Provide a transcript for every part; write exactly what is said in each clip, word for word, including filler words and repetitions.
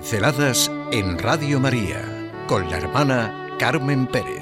Pinceladas en Radio María con la hermana Carmen Pérez.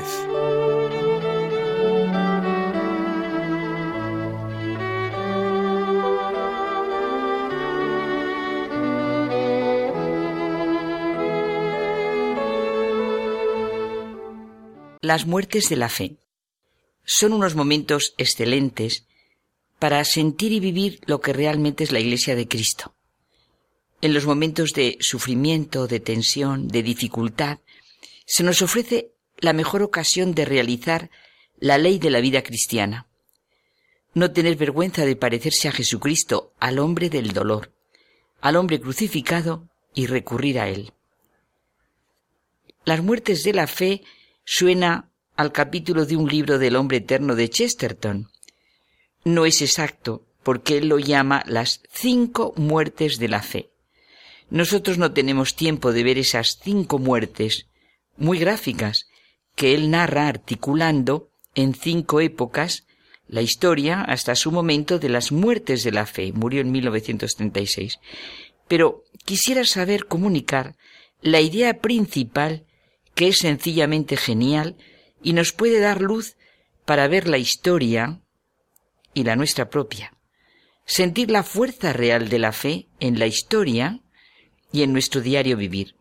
Las muertes de la fe son unos momentos excelentes para sentir y vivir lo que realmente es la Iglesia de Cristo. En los momentos de sufrimiento, de tensión, de dificultad, se nos ofrece la mejor ocasión de realizar la ley de la vida cristiana. No tener vergüenza de parecerse a Jesucristo, al hombre del dolor, al hombre crucificado, y recurrir a Él. Las muertes de la fe suena al capítulo de un libro del hombre eterno de Chesterton. No es exacto, porque él lo llama las cinco muertes de la fe. Nosotros no tenemos tiempo de ver esas cinco muertes, muy gráficas, que él narra articulando en cinco épocas la historia hasta su momento de las muertes de la fe. Murió en mil novecientos treinta y seis. Pero quisiera saber comunicar la idea principal, que es sencillamente genial y nos puede dar luz para ver la historia y la nuestra propia. Sentir la fuerza real de la fe en la historia y en nuestro diario vivir.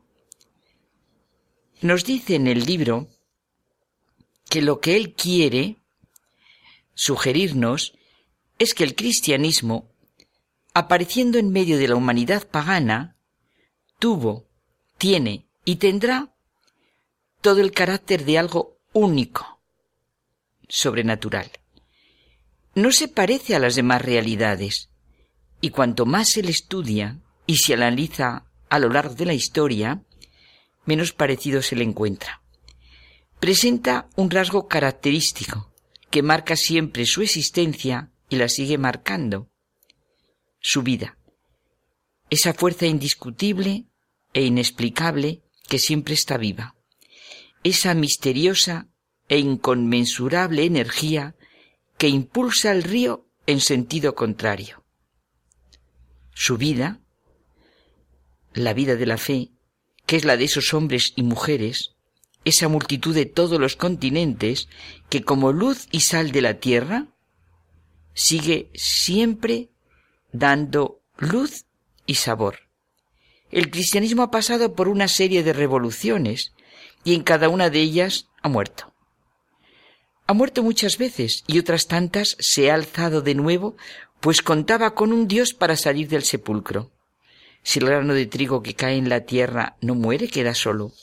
Nos dice en el libro que lo que él quiere sugerirnos es que el cristianismo, apareciendo en medio de la humanidad pagana, tuvo, tiene y tendrá todo el carácter de algo único, sobrenatural. No se parece a las demás realidades, y cuanto más se le estudia y se analiza a lo largo de la historia, menos parecido se le encuentra. Presenta un rasgo característico que marca siempre su existencia y la sigue marcando: su vida. Esa fuerza indiscutible e inexplicable que siempre está viva. Esa misteriosa e inconmensurable energía que impulsa el río en sentido contrario. Su vida, la vida de la fe, que es la de esos hombres y mujeres, esa multitud de todos los continentes que como luz y sal de la tierra sigue siempre dando luz y sabor. El cristianismo ha pasado por una serie de revoluciones y en cada una de ellas ha muerto. Ha muerto muchas veces y otras tantas se ha alzado de nuevo, pues contaba con un Dios para salir del sepulcro. Si el grano de trigo que cae en la tierra no muere, queda solo.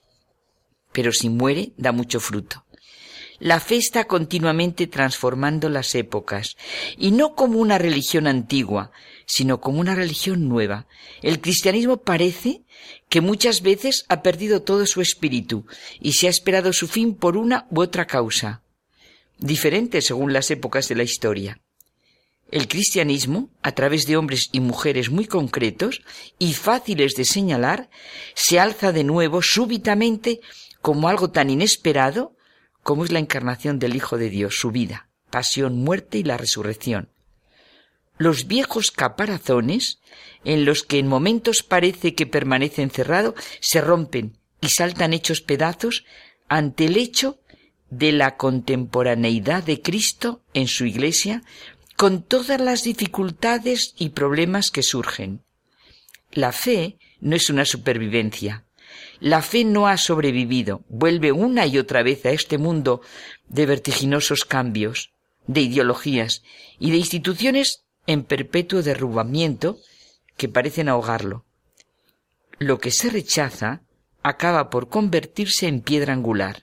Pero si muere, da mucho fruto. La fe está continuamente transformando las épocas, y no como una religión antigua, sino como una religión nueva. El cristianismo parece que muchas veces ha perdido todo su espíritu y se ha esperado su fin por una u otra causa, diferente según las épocas de la historia. El cristianismo, a través de hombres y mujeres muy concretos y fáciles de señalar, se alza de nuevo súbitamente como algo tan inesperado como es la encarnación del Hijo de Dios, su vida, pasión, muerte y la resurrección. Los viejos caparazones, en los que en momentos parece que permanece encerrado, se rompen y saltan hechos pedazos ante el hecho de la contemporaneidad de Cristo en su Iglesia, con todas las dificultades y problemas que surgen. La fe no es una supervivencia. La fe no ha sobrevivido, vuelve una y otra vez a este mundo de vertiginosos cambios, de ideologías y de instituciones en perpetuo derrumbamiento que parecen ahogarlo. Lo que se rechaza acaba por convertirse en piedra angular.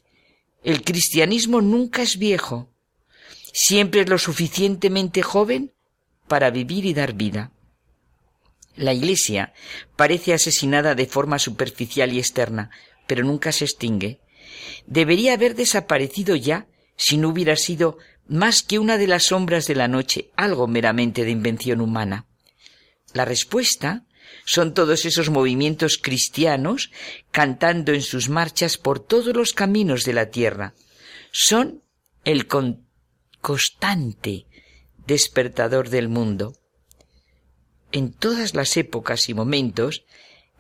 El cristianismo nunca es viejo, siempre es lo suficientemente joven para vivir y dar vida. La Iglesia parece asesinada de forma superficial y externa, pero nunca se extingue. Debería haber desaparecido ya si no hubiera sido más que una de las sombras de la noche, algo meramente de invención humana. La respuesta son todos esos movimientos cristianos cantando en sus marchas por todos los caminos de la tierra. Son el con- constante despertador del mundo. En todas las épocas y momentos,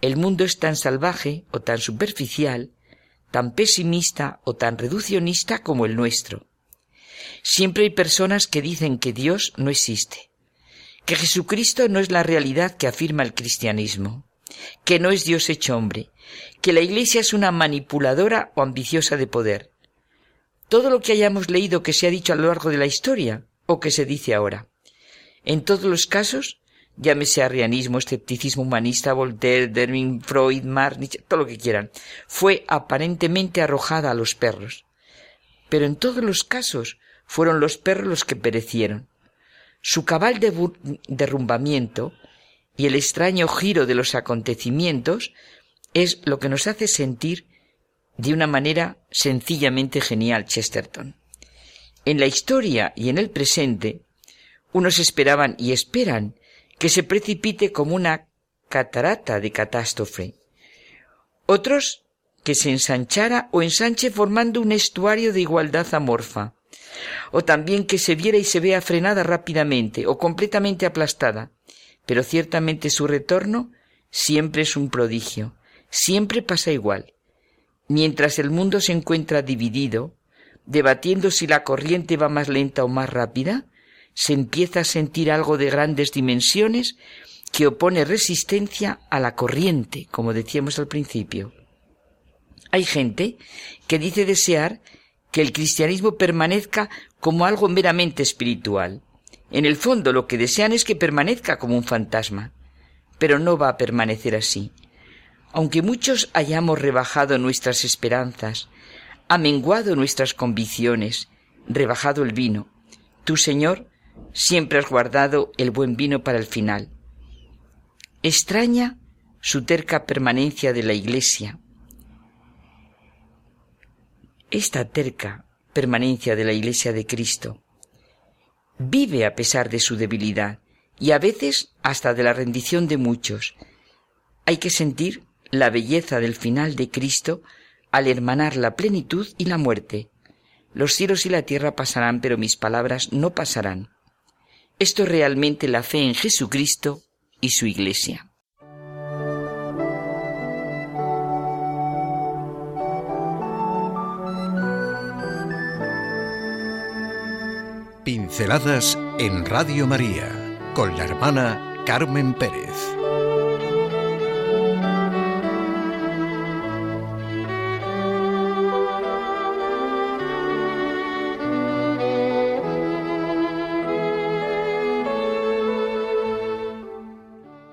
el mundo es tan salvaje o tan superficial, tan pesimista o tan reduccionista como el nuestro. Siempre hay personas que dicen que Dios no existe, que Jesucristo no es la realidad que afirma el cristianismo, que no es Dios hecho hombre, que la Iglesia es una manipuladora o ambiciosa de poder. Todo lo que hayamos leído que se ha dicho a lo largo de la historia o que se dice ahora. En todos los casos, llámese arrianismo, escepticismo humanista, Voltaire, Darwin, Freud, Marx, Nietzsche, todo lo que quieran, fue aparentemente arrojada a los perros. Pero en todos los casos fueron los perros los que perecieron. Su cabal derrumbamiento y el extraño giro de los acontecimientos es lo que nos hace sentir de una manera sencillamente genial Chesterton. En la historia y en el presente, unos esperaban y esperan que se precipite como una catarata de catástrofe. Otros, que se ensanchara o ensanche formando un estuario de igualdad amorfa. O también que se viera y se vea frenada rápidamente o completamente aplastada. Pero ciertamente su retorno siempre es un prodigio, siempre pasa igual. Mientras el mundo se encuentra dividido, debatiendo si la corriente va más lenta o más rápida, se empieza a sentir algo de grandes dimensiones que opone resistencia a la corriente, como decíamos al principio. Hay gente que dice desear que el cristianismo permanezca como algo meramente espiritual. En el fondo lo que desean es que permanezca como un fantasma, pero no va a permanecer así. Aunque muchos hayamos rebajado nuestras esperanzas, amenguado nuestras convicciones, rebajado el vino, tú, Señor, siempre has guardado el buen vino para el final. Extraña su terca permanencia de la Iglesia. Esta terca permanencia de la Iglesia de Cristo vive a pesar de su debilidad y a veces hasta de la rendición de muchos. Hay que sentir la belleza del final de Cristo al hermanar la plenitud y la muerte. Los cielos y la tierra pasarán, pero mis palabras no pasarán. Esto es realmente la fe en Jesucristo y su Iglesia. Pinceladas en Radio María con la hermana Carmen Pérez.